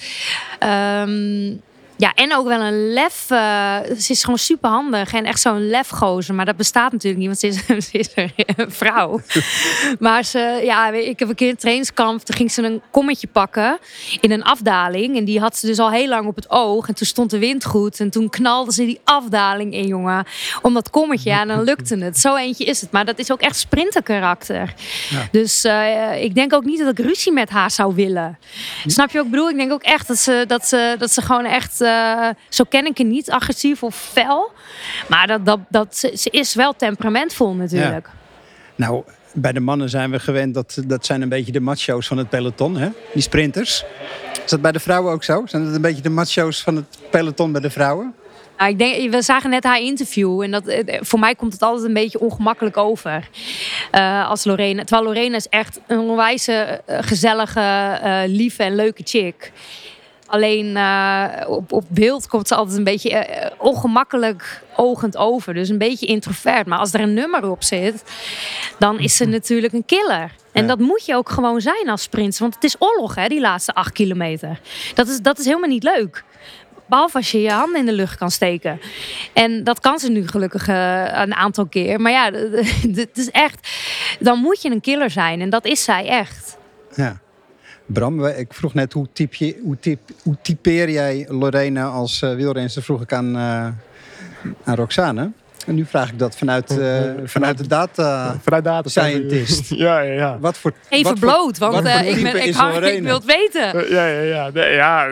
Ja, en ook wel een lef. Ze is gewoon super handig en echt zo'n lefgozer. Maar dat bestaat natuurlijk niet, want ze is een vrouw. Maar ik heb een keer een trainingskamp. Toen ging ze een kommetje pakken in een afdaling. En die had ze dus al heel lang op het oog. En toen stond de wind goed. En toen knalde ze die afdaling in, jongen. Om dat kommetje. Ja, en dan lukte het. Zo eentje is het. Maar dat is ook echt sprinterkarakter. Ja. Dus ik denk ook niet dat ik ruzie met haar zou willen. Snap je wat ik bedoel? Ik denk ook echt dat ze gewoon echt... zo ken ik haar niet, agressief of fel. Maar ze is wel temperamentvol natuurlijk. Ja.
Nou, bij de mannen zijn we gewend, dat zijn een beetje de macho's van het peloton, hè? Die sprinters. Is dat bij de vrouwen ook zo? Zijn dat een beetje de macho's van het peloton bij de vrouwen?
Nou, ik denk, we zagen net haar interview. En voor mij komt het altijd een beetje ongemakkelijk over. Als Lorena. Terwijl Lorena is echt een onwijze, gezellige, lieve en leuke chick. Alleen op beeld komt ze altijd een beetje ongemakkelijk ogend over. Dus een beetje introvert. Maar als er een nummer op zit, dan is ze natuurlijk een killer. En dat moet je ook gewoon zijn als sprinter. Want het is oorlog, hè, die laatste 8 kilometer. Dat is helemaal niet leuk. Behalve als je je handen in de lucht kan steken. En dat kan ze nu gelukkig een aantal keer. Maar ja, het is echt... Dan moet je een killer zijn. En dat is zij echt.
Ja. Bram, ik vroeg net hoe typeer jij Lorena als wielrenster, vroeg ik aan Roxane. En nu vraag ik dat vanuit de data scientist.
Ja.
Wat voor
even bloot, want ik wil het weten.
Ja,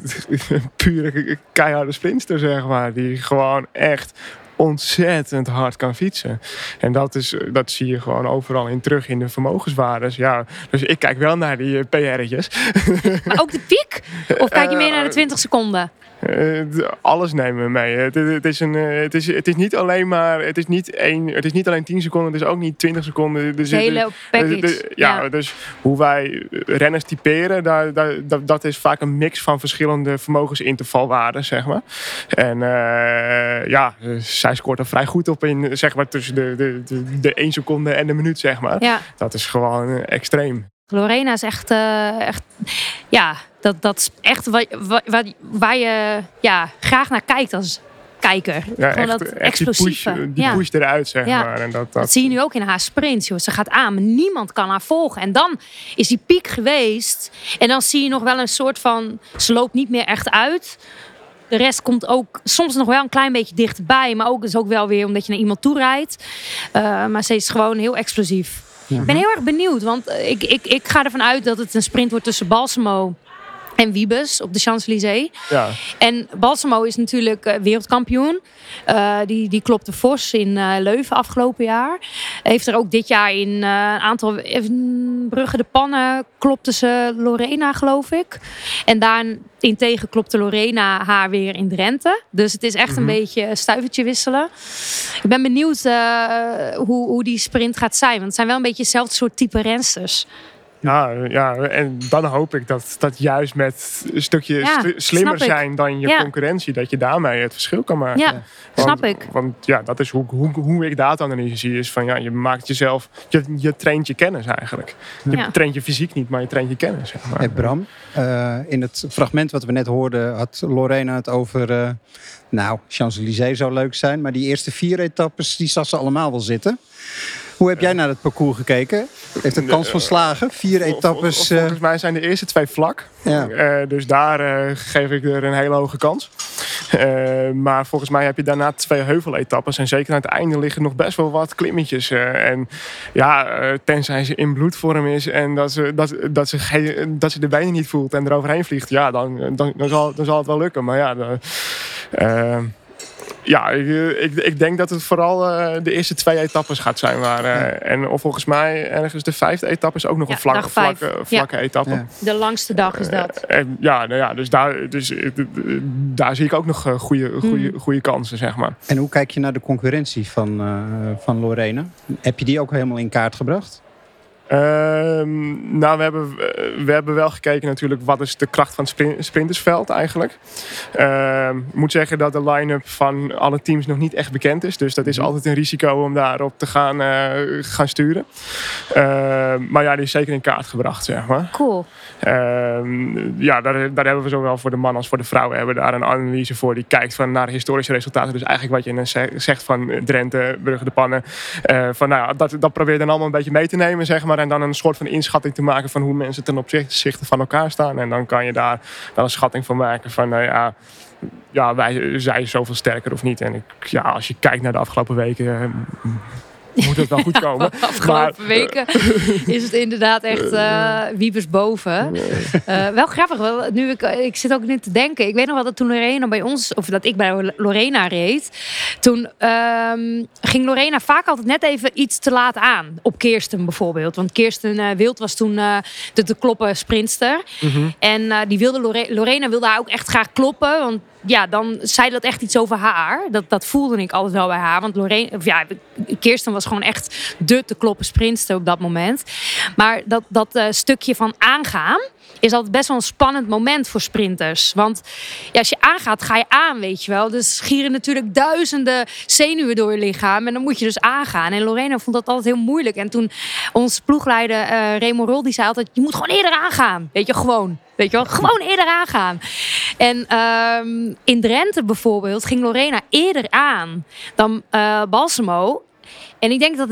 pure keiharde sprinter, zeg maar. Die gewoon echt ontzettend hard kan fietsen. En dat zie je gewoon overal in terug in de vermogenswaardes. Ja, dus ik kijk wel naar die PR'tjes.
Maar ook de piek? Of kijk je meer naar de 20 seconden?
Alles nemen we mee. Het is niet alleen maar... Het is niet alleen 10 seconden, het is ook niet 20 seconden.
De hele package.
Dus hoe wij renners typeren, dat is vaak een mix van verschillende vermogensintervalwaarden, zeg maar. En zij scoort er vrij goed op in, zeg maar, tussen de 1 seconde en de minuut, zeg maar. Ja. Dat is gewoon extreem.
Lorena is echt dat is echt waar je graag naar kijkt als kijker.
Ja, gewoon echt, dat explosieve. Die push eruit, zeg maar. En dat
zie je nu ook in haar sprint. Joh. Ze gaat aan, maar niemand kan haar volgen. En dan is die piek geweest. En dan zie je nog wel een soort van... Ze loopt niet meer echt uit. De rest komt ook soms nog wel een klein beetje dichterbij. Maar ook is ook wel weer omdat je naar iemand toe rijdt. Maar ze is gewoon heel explosief. Ja. Ik ben heel erg benieuwd, want ik ga ervan uit dat het een sprint wordt tussen Balsamo en Wiebes op de Champs-Élysées. Ja. En Balsamo is natuurlijk wereldkampioen. Die klopte fors in Leuven afgelopen jaar. Heeft er ook dit jaar in een aantal Brugge de Pannen klopte ze Lorena, geloof ik. En daarentegen klopte Lorena haar weer in Drenthe. Dus het is echt een beetje stuivertje wisselen. Ik ben benieuwd hoe die sprint gaat zijn. Want het zijn wel een beetje hetzelfde soort type rensters.
Ja, en dan hoop ik dat juist met een stukje slimmer zijn dan je concurrentie, dat je daarmee het verschil kan maken.
Ja, snap ik.
Want ja, dat is hoe ik data-analyse zie, is van je maakt jezelf, je traint je kennis eigenlijk. Je traint je fysiek niet, maar je traint je kennis. Zeg maar.
Hey Bram, in het fragment wat we net hoorden had Lorena het over, Champs-Élysées zou leuk zijn, maar die eerste 4 etappes, die zag ze allemaal wel zitten. Hoe heb jij naar het parcours gekeken? Heeft een kans van slagen? 4 etappes.
Volgens mij zijn de eerste 2 vlak. Ja. Dus daar geef ik er een hele hoge kans. Maar volgens mij heb je daarna 2 heuveletappes. En zeker aan het einde liggen nog best wel wat klimmetjes. Tenzij ze in bloedvorm is en dat ze de benen niet voelt en eroverheen vliegt. Ja, dan zal het wel lukken. Maar ik denk dat het vooral de eerste 2 etappes gaat zijn. En volgens mij ergens de 5e etappe is ook nog een vlakke etappe. Ja.
De langste dag is dat.
Dus daar zie ik ook nog goede kansen, zeg maar.
En hoe kijk je naar de concurrentie van Lorena? Heb je die ook helemaal in kaart gebracht?
We hebben wel gekeken natuurlijk wat is de kracht van het sprintersveld eigenlijk. Ik moet zeggen dat de line-up van alle teams nog niet echt bekend is. Dus dat is altijd een risico om daarop te gaan sturen. Maar die is zeker in kaart gebracht, zeg maar.
Cool.
Daar hebben we zowel voor de mannen als voor de vrouwen hebben daar een analyse voor die kijkt naar de historische resultaten. Dus eigenlijk wat je zegt van Drenthe, Brugge de Pannen. Dat probeer je dan allemaal een beetje mee te nemen, zeg maar. En dan een soort van inschatting te maken van hoe mensen ten opzichte van elkaar staan. En dan kan je daar wel een schatting van maken van wij zijn zoveel sterker of niet. En als je kijkt naar de afgelopen weken, moet het wel goed komen.
De afgelopen weken is het inderdaad echt wiebers boven. Wel grappig. Ik zit ook niet te denken. Ik weet nog wel dat toen Lorena bij ons, of dat ik bij Lorena reed. Toen ging Lorena vaak altijd net even iets te laat aan. Op Kirsten bijvoorbeeld. Want Kirsten Wild was toen de kloppen sprintster. Mm-hmm. En Lorena wilde haar ook echt graag kloppen. Want dan zei dat echt iets over haar. Dat voelde ik altijd wel bij haar. Want Kirsten was gewoon echt de te kloppen sprintster op dat moment. Maar dat stukje van aangaan is altijd best wel een spannend moment voor sprinters. Want als je aangaat, ga je aan, weet je wel. Dus schieren natuurlijk duizenden zenuwen door je lichaam. En dan moet je dus aangaan. En Lorena vond dat altijd heel moeilijk. En toen onze ploegleider Remo Rol, die zei altijd, je moet gewoon eerder aangaan. Weet je, gewoon. Weet je wel, gewoon eerder aangaan. En in Drenthe bijvoorbeeld ging Lorena eerder aan dan Balsamo. En ik denk dat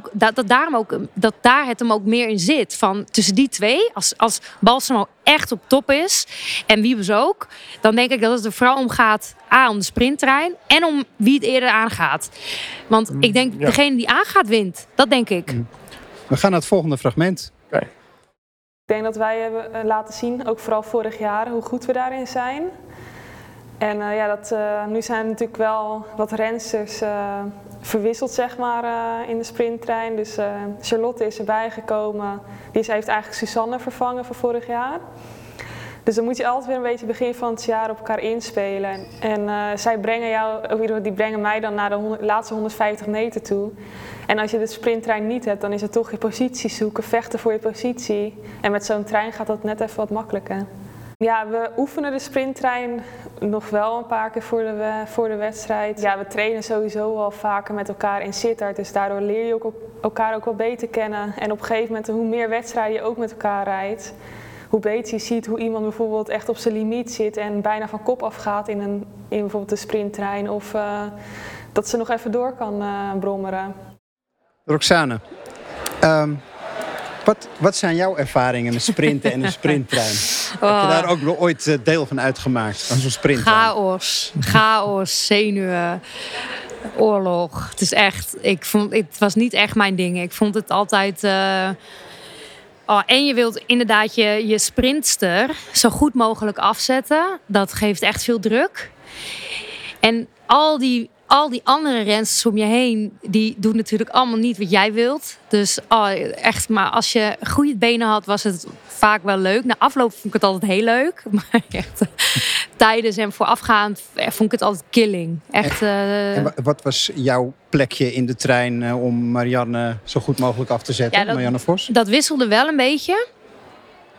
daar het hem ook meer in zit. Van tussen die twee, als Balsamo echt op top is, en Wiebes ook, dan denk ik dat het er vooral om gaat, om de sprinttrein en om wie het eerder aangaat. Want ik denk, degene die aangaat, wint. Dat denk ik.
We gaan naar het volgende fragment.
Okay.
Ik denk dat wij hebben laten zien, ook vooral vorig jaar, hoe goed we daarin zijn. En nu zijn natuurlijk wel wat rensters verwisseld, zeg maar, in de sprinttrein. Dus Charlotte is erbij gekomen. Die heeft eigenlijk Suzanne vervangen van vorig jaar. Dus dan moet je altijd weer een beetje begin van het jaar op elkaar inspelen. En zij brengen mij dan naar de laatste 150 meter toe. En als je de sprinttrein niet hebt, dan is het toch je positie zoeken, vechten voor je positie. En met zo'n trein gaat dat net even wat makkelijker. Ja, we oefenen de sprinttrein nog wel een paar keer voor de wedstrijd. Ja, we trainen sowieso al vaker met elkaar in Sittard. Dus daardoor leer je elkaar ook wel beter kennen. En op een gegeven moment, hoe meer wedstrijden je ook met elkaar rijdt, hoe beter je ziet hoe iemand bijvoorbeeld echt op zijn limiet zit en bijna van kop afgaat in bijvoorbeeld de sprinttrein. Of dat ze nog even door kan brommeren.
Roxane, wat zijn jouw ervaringen met sprinten en een sprinttrein? Heb je daar ook ooit deel van uitgemaakt, van zo'n sprinttrein?
Chaos, zenuwen, oorlog. Het is echt, het was niet echt mijn ding. Ik vond het altijd... en je wilt inderdaad je sprintster zo goed mogelijk afzetten. Dat geeft echt veel druk. En al die andere rensters om je heen, die doen natuurlijk allemaal niet wat jij wilt. Dus echt, maar als je goede benen had, was het vaak wel leuk. Na afloop vond ik het altijd heel leuk. Maar echt, tijdens en voorafgaand vond ik het altijd killing. Echt,
en wat was jouw plekje in de trein om Marianne zo goed mogelijk af te zetten? Marianne Vos?
Dat wisselde wel een beetje.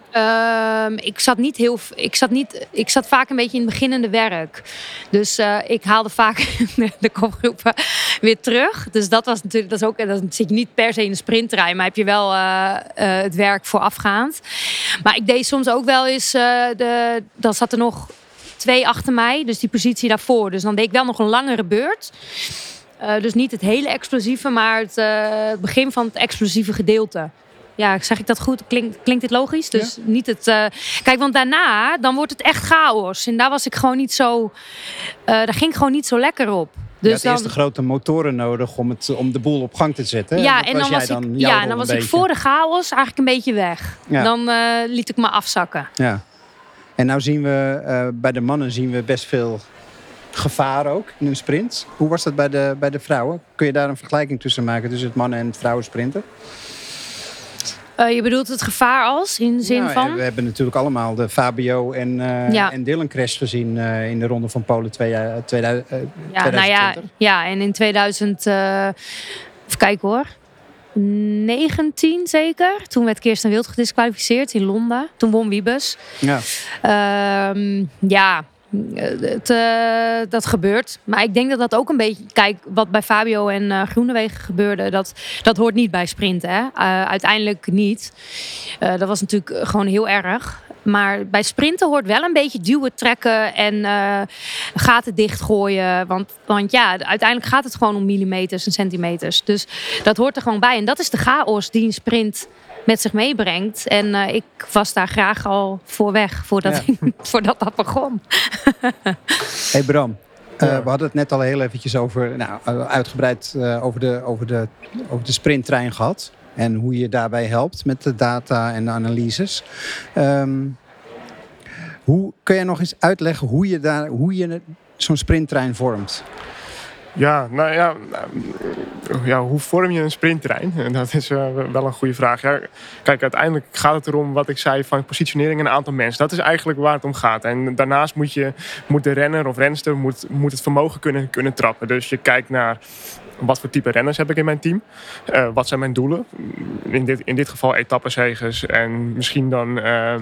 Ik zat vaak een beetje in het beginnende werk. Dus ik haalde vaak de kopgroepen weer terug. Dus dat was natuurlijk, dan zit je niet per se in de sprinttrein, maar heb je wel het werk voorafgaand. Maar ik deed soms ook wel eens, dan zat er nog 2 achter mij, dus die positie daarvoor. Dus dan deed ik wel nog een langere beurt. Dus niet het hele explosieve, maar het begin van het explosieve gedeelte. Ja, zeg ik dat goed? Klinkt dit logisch? Dus niet het... Kijk, want daarna, dan wordt het echt chaos. En daar was ik gewoon niet zo... daar ging ik gewoon niet zo lekker op. Dus
je had eerst de grote motoren nodig om de boel op gang te zetten.
Ja, en dan was ik voor de chaos eigenlijk een beetje weg. Ja. Dan liet ik me afzakken.
Ja. En nou zien we, bij de mannen best veel gevaar ook in een sprint. Hoe was dat bij de vrouwen? Kun je daar een vergelijking tussen maken tussen het mannen- en het vrouwensprinten?
Je bedoelt het gevaar als, in de zin van?
We hebben natuurlijk allemaal de Fabio en Dylan crash gezien in de Ronde van Polen 2020.
Ja, en in 2000, even kijken hoor, 19 zeker. Toen werd Kirsten Wild gedisqualificeerd in Londen. Toen won Wiebes. Ja. Dat gebeurt. Maar ik denk dat ook een beetje... Kijk, wat bij Fabio en Groenewegen gebeurde... Dat hoort niet bij sprinten. Hè? Uiteindelijk niet. Dat was natuurlijk gewoon heel erg. Maar bij sprinten hoort wel een beetje duwen, trekken... en gaten dichtgooien. Want ja, uiteindelijk gaat het gewoon om millimeters en centimeters. Dus dat hoort er gewoon bij. En dat is de chaos die een sprint met zich meebrengt. En ik was daar graag al voor weg voordat dat begon.
Hey Bram, we hadden het net al heel eventjes uitgebreid over de sprinttrein gehad. En hoe je daarbij helpt met de data en de analyses. Kun je nog eens uitleggen hoe je zo'n sprinttrein vormt?
Ja, hoe vorm je een sprinttrein? Dat is wel een goede vraag. Ja, kijk, uiteindelijk gaat het erom wat ik zei van positionering en een aantal mensen. Dat is eigenlijk waar het om gaat. En daarnaast moet de renner of renster moet het vermogen kunnen trappen. Dus je kijkt naar wat voor type renners heb ik in mijn team. Wat zijn mijn doelen? In dit geval etappenzegers en misschien dan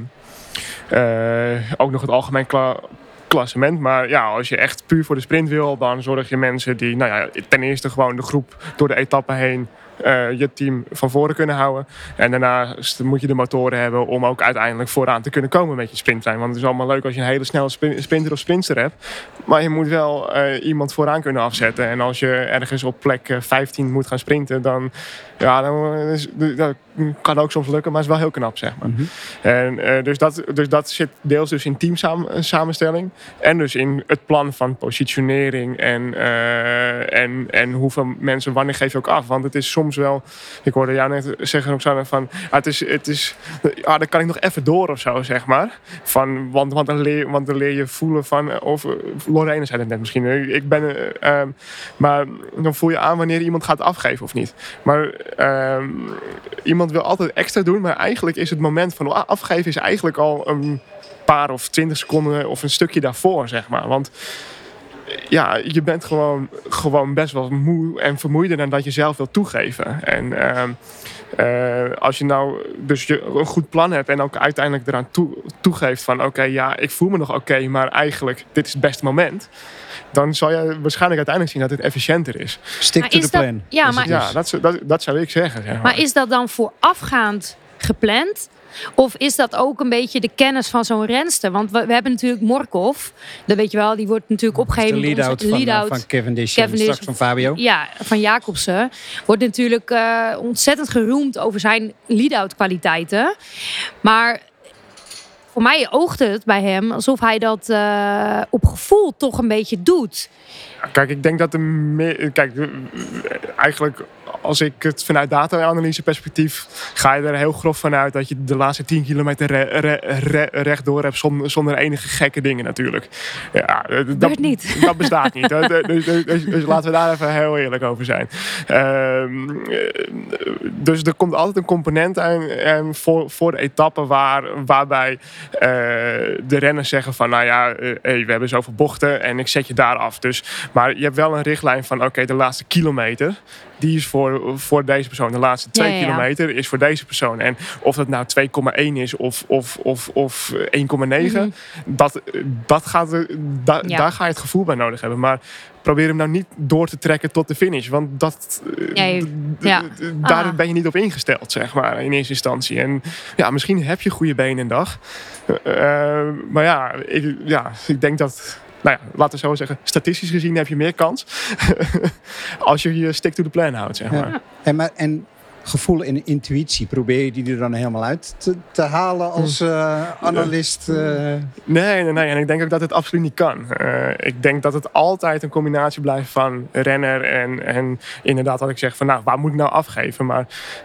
ook nog het algemeen klassement. Maar ja, als je echt puur voor de sprint wil, dan zorg je mensen die ten eerste gewoon de groep door de etappe heen je team van voren kunnen houden. En daarnaast moet je de motoren hebben om ook uiteindelijk vooraan te kunnen komen met je sprinttrein. Want het is allemaal leuk als je een hele snelle sprinter of sprinter hebt. Maar je moet wel iemand vooraan kunnen afzetten. En als je ergens op plek 15 moet gaan sprinten, dan dat kan ook soms lukken, maar het is wel heel knap, zeg maar. Mm-hmm. En dus dat zit deels dus in teamsamenstelling en dus in het plan van positionering en hoeveel mensen wanneer geef je ook af. Want het is soms wel, ik hoorde jou net zeggen, Roxanne, van daar kan ik nog even door of zo, zeg maar. Want dan leer je voelen van, of Lorraine zei het net misschien, maar dan voel je aan wanneer iemand gaat afgeven of niet. Maar iemand wil altijd extra doen, maar eigenlijk is het moment van afgeven is eigenlijk al een paar of 20 seconden of een stukje daarvoor, zeg maar. Want ja, je bent gewoon best wel moe en vermoeider dan dat je zelf wilt toegeven. En als je nou dus een goed plan hebt en ook uiteindelijk eraan toegeeft van ik voel me nog oké, maar eigenlijk dit is het beste moment, dan zal je waarschijnlijk uiteindelijk zien dat het efficiënter is.
Stick to the plan.
Dat zou ik zeggen. Zeg
maar is dat dan voorafgaand gepland? Of is dat ook een beetje de kennis van zo'n renster? Want we hebben natuurlijk Morkov. Dat weet je wel, die wordt natuurlijk opgegeven.
De lead-out van Cavendish en straks van Fabio.
Ja, van Jacobsen. Wordt natuurlijk ontzettend geroemd over zijn lead-out kwaliteiten. Maar voor mij oogt het bij hem alsof hij dat op gevoel toch een beetje doet.
Kijk, ik denk dat eigenlijk als ik het vanuit data-analyse perspectief ga je er heel grof vanuit dat je de laatste 10 kilometer rechtdoor hebt zonder enige gekke dingen natuurlijk. Ja, dat
niet.
Dat bestaat niet. Dus laten we daar even heel eerlijk over zijn. Dus er komt altijd een component aan voor de etappe waarbij de renners zeggen van we hebben zoveel bochten en ik zet je daar af. Dus, maar je hebt wel een richtlijn van de laatste kilometer die is voor deze persoon. De laatste 2 kilometer is voor deze persoon. En of dat nou 2,1 is of 1,9, daar ga je het gevoel bij nodig hebben. Maar probeer hem nou niet door te trekken tot de finish. Want daar ben je niet op ingesteld, zeg maar, in eerste instantie. En ja, misschien heb je goede benen een dag. Maar ik denk dat... Nou ja, laten we zo zeggen, statistisch gezien heb je meer kans als je je stick to the plan houdt, zeg maar.
Ja. En gevoel en intuïtie, probeer je die er dan helemaal uit te halen als analist?
Nee. En ik denk ook dat het absoluut niet kan. Ik denk dat het altijd een combinatie blijft van renner en inderdaad wat ik zeg van, nou, waar moet ik nou afgeven? Maar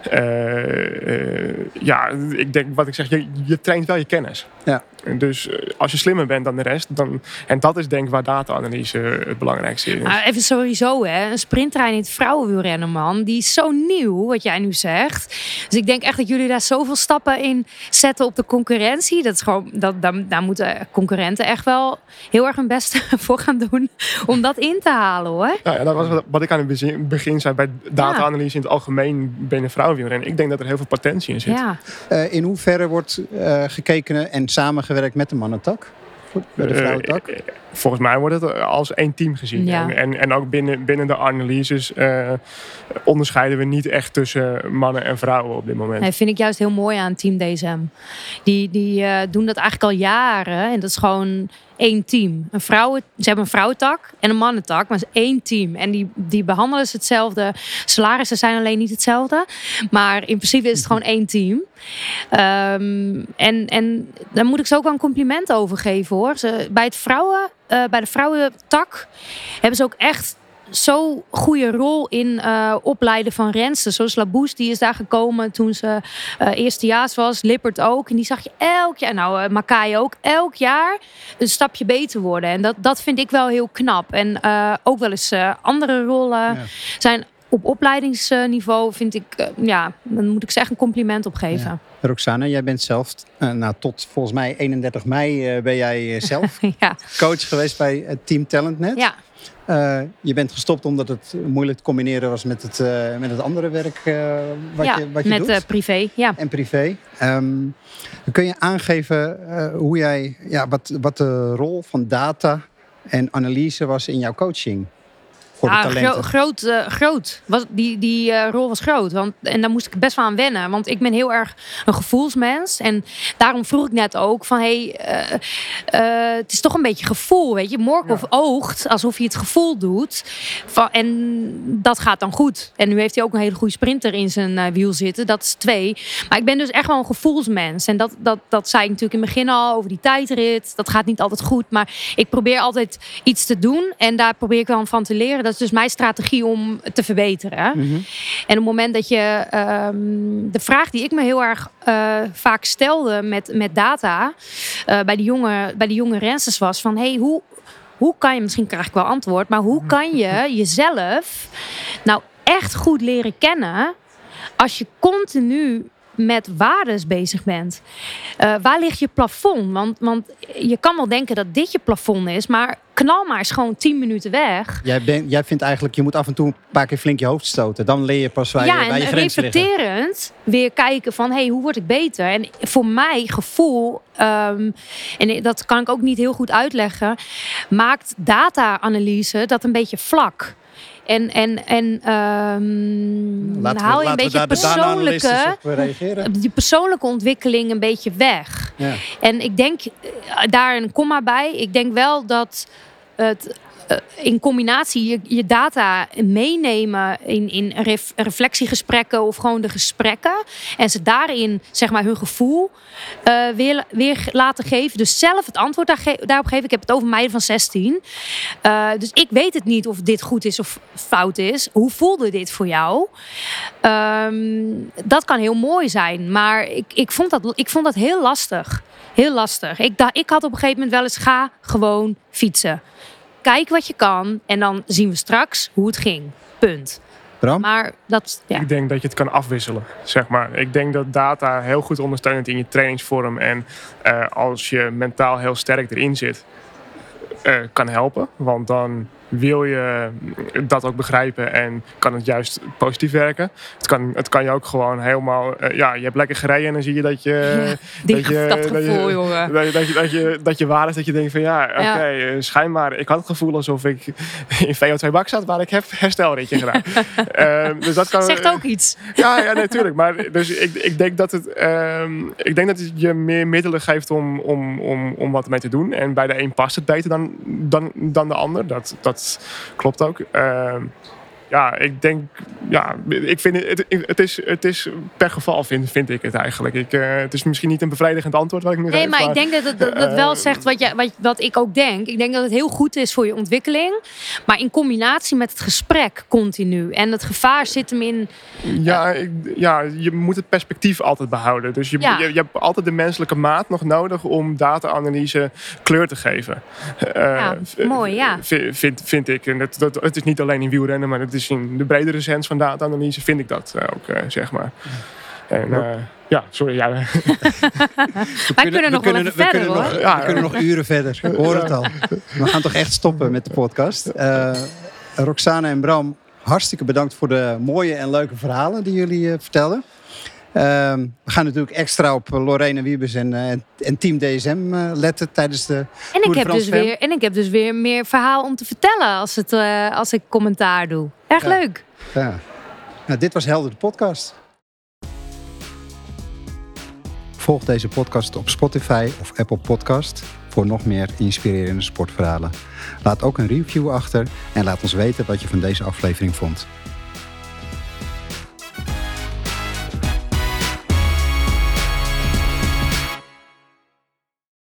ik denk wat ik zeg, je traint wel je kennis. Ja. Dus als je slimmer bent dan de rest, en dat is denk ik waar data-analyse het belangrijkste is.
Maar even sowieso, een sprinttrein in het vrouwenwielrennen, man, die is zo nieuw, wat jij nu zegt. Dus ik denk echt dat jullie daar zoveel stappen in zetten op de concurrentie. Dat is gewoon, daar moeten concurrenten echt wel heel erg hun best voor gaan doen om dat in te halen, hoor.
Ja, dat was wat ik aan het begin zei bij data-analyse in het algemeen binnen vrouwenwielrennen. Ik denk dat er heel veel potentie in zit.
Ja.
In hoeverre wordt gekeken en samengewerkt met de mannentak? Bij de vrouwentak?
Volgens mij wordt het als één team gezien. Ja. En ook binnen de analyses onderscheiden we niet echt tussen mannen en vrouwen op dit moment.
Nee, vind ik juist heel mooi aan Team DSM. Die doen dat eigenlijk al jaren. En dat is gewoon één team. Ze hebben een vrouwentak en een mannentak, maar het is één team. En die behandelen ze hetzelfde. Salarissen zijn alleen niet hetzelfde. Maar in principe is het gewoon één team. En daar moet ik ze ook wel een compliment over geven, hoor. Bij de vrouwentak hebben ze ook echt zo'n goede rol in opleiden van rensters. Zoals Labous, die is daar gekomen toen ze eerstejaars was. Lippert ook. En die zag je elk jaar, Makai ook, elk jaar een stapje beter worden. En dat vind ik wel heel knap. En ook wel eens andere rollen zijn op opleidingsniveau, vind ik, dan moet ik ze echt een compliment op geven.
Ja. Roxana, jij bent zelf, tot volgens mij 31 mei ben jij zelf coach geweest bij Team TalentNet. Ja. Je bent gestopt omdat het moeilijk te combineren was met het andere werk wat je doet.
Met privé, ja.
En privé. Kun je aangeven hoe jij, wat de rol van data en analyse was in jouw coaching?
Groot. Die rol was groot. En daar moest ik best wel aan wennen. Want ik ben heel erg een gevoelsmens. En daarom vroeg ik net ook van... het is toch een beetje gevoel, weet je. Morkov oogt alsof hij het gevoel doet. En dat gaat dan goed. En nu heeft hij ook een hele goede sprinter in zijn wiel zitten. Dat is 2. Maar ik ben dus echt wel een gevoelsmens. En dat zei ik natuurlijk in het begin al over die tijdrit. Dat gaat niet altijd goed. Maar ik probeer altijd iets te doen. En daar probeer ik wel van te leren. Dat is dus mijn strategie om te verbeteren. Mm-hmm. En op het moment dat je... de vraag die ik me heel erg vaak stelde met data... bij de jonge rensters was van... hoe kan je... Misschien krijg ik wel antwoord... maar hoe kan je jezelf nou echt goed leren kennen... als je continu met waardes bezig bent? Waar ligt je plafond? Want je kan wel denken dat dit je plafond is... maar knal maar eens gewoon 10 minuten weg.
Jij vindt eigenlijk, je moet af en toe een paar keer flink je hoofd stoten. Dan leer je pas waar je grenzen liggen.
Ja, en reflecterend weer kijken van... hoe word ik beter? En voor mij, gevoel... en dat kan ik ook niet heel goed uitleggen... maakt data-analyse dat een beetje vlak. En haal je een beetje die persoonlijke ontwikkeling een beetje weg. Ja. En ik denk daar een komma bij. Ik denk wel dat het in combinatie je data meenemen in reflectiegesprekken of gewoon de gesprekken. En ze daarin zeg maar hun gevoel weer laten geven. Dus zelf het antwoord daarop geven. Ik heb het over meiden van 16. Dus ik weet het niet of dit goed is of fout is. Hoe voelde dit voor jou? Dat kan heel mooi zijn. Maar ik vond dat heel lastig. Heel lastig. Ik had op een gegeven moment wel eens ga gewoon fietsen. Kijk wat je kan en dan zien we straks hoe het ging. Punt.
Bram?
Maar
Ik denk dat je het kan afwisselen, zeg maar. Ik denk dat data heel goed ondersteunt in je trainingsvorm. En als je mentaal heel sterk erin zit, kan helpen. Want dan wil je dat ook begrijpen en kan het juist positief werken. Het kan je ook gewoon helemaal... je hebt lekker gereden en dan zie je dat je...
dat gevoel, jongen.
Dat je waar is, dat je denkt van oké, schijnbaar. Ik had het gevoel alsof ik in VO2 zat waar ik heb herstelritje gedaan. Dus dat kan,
zegt ook iets.
Ja, natuurlijk. Maar dus ik denk dat het je meer middelen geeft om wat ermee te doen. En bij de een past het beter dan de ander. Dat klopt ook. Ik denk, ik vind het is per geval vind ik het eigenlijk. Het is misschien niet een bevredigend antwoord wat ik nu geef.
Nee, maar ik denk dat het wel zegt wat ik ook denk. Ik denk dat het heel goed is voor je ontwikkeling. Maar in combinatie met het gesprek continu. En het gevaar zit hem in...
je moet het perspectief altijd behouden. Dus je hebt altijd de menselijke maat nog nodig om data-analyse kleur te geven.
Mooi, ja.
Vind ik. En het is niet alleen in wielrennen, maar het is in de bredere sens van data-analyse vind ik dat ook, zeg maar. En, sorry. Ja.
Wij kunnen nog wel even verder, hoor.
We kunnen nog uren verder. Ik hoor het al. We gaan toch echt stoppen met de podcast. Roxane en Bram, hartstikke bedankt voor de mooie en leuke verhalen die jullie vertelden. We gaan natuurlijk extra op Lorena Wiebes en Team DSM letten tijdens de
En ik heb dus weer meer verhaal om te vertellen als ik commentaar doe. Erg leuk.
Ja. Nou, dit was Helder de podcast. Volg deze podcast op Spotify of Apple Podcast voor nog meer inspirerende sportverhalen. Laat ook een review achter en laat ons weten wat je van deze aflevering vond.